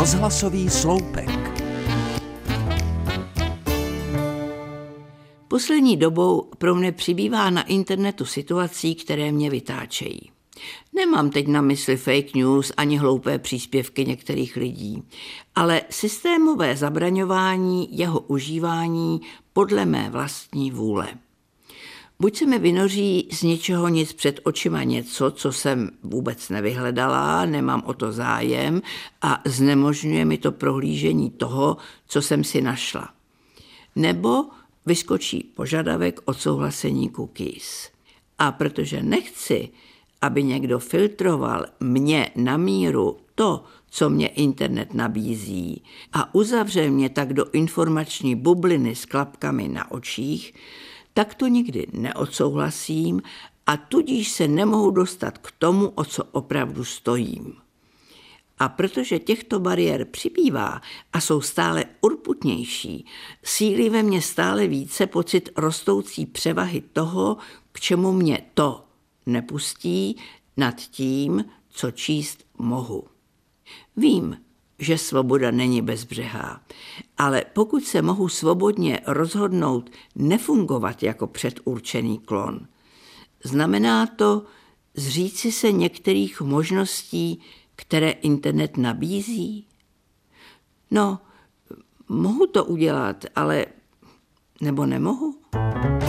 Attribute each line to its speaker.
Speaker 1: Rozhlasový sloupek.
Speaker 2: Poslední dobou pro mne přibývá na internetu situací, které mě vytáčejí. Nemám teď na mysli fake news ani hloupé příspěvky některých lidí, ale systémové zabraňování jeho užívání podle mé vlastní vůle. Buď se mi vynoří z ničeho nic před očima něco, co jsem vůbec nevyhledala, nemám o to zájem a znemožňuje mi to prohlížení toho, co jsem si našla. Nebo vyskočí požadavek odsouhlasení cookies. A protože nechci, aby někdo filtroval mě na míru to, co mě internet nabízí a uzavře mě tak do informační bubliny s klapkami na očích, tak to nikdy neodsouhlasím a tudíž se nemohu dostat k tomu, o co opravdu stojím. A protože těchto bariér přibývá a jsou stále urputnější, sílí ve mně stále více pocit rostoucí převahy toho, k čemu mě to nepustí, nad tím, co číst mohu. Vím, že svoboda není bezbřehá, ale pokud se mohu svobodně rozhodnout nefungovat jako předurčený klon, znamená to zříci se některých možností, které internet nabízí? No, mohu to udělat, ale nebo nemohu?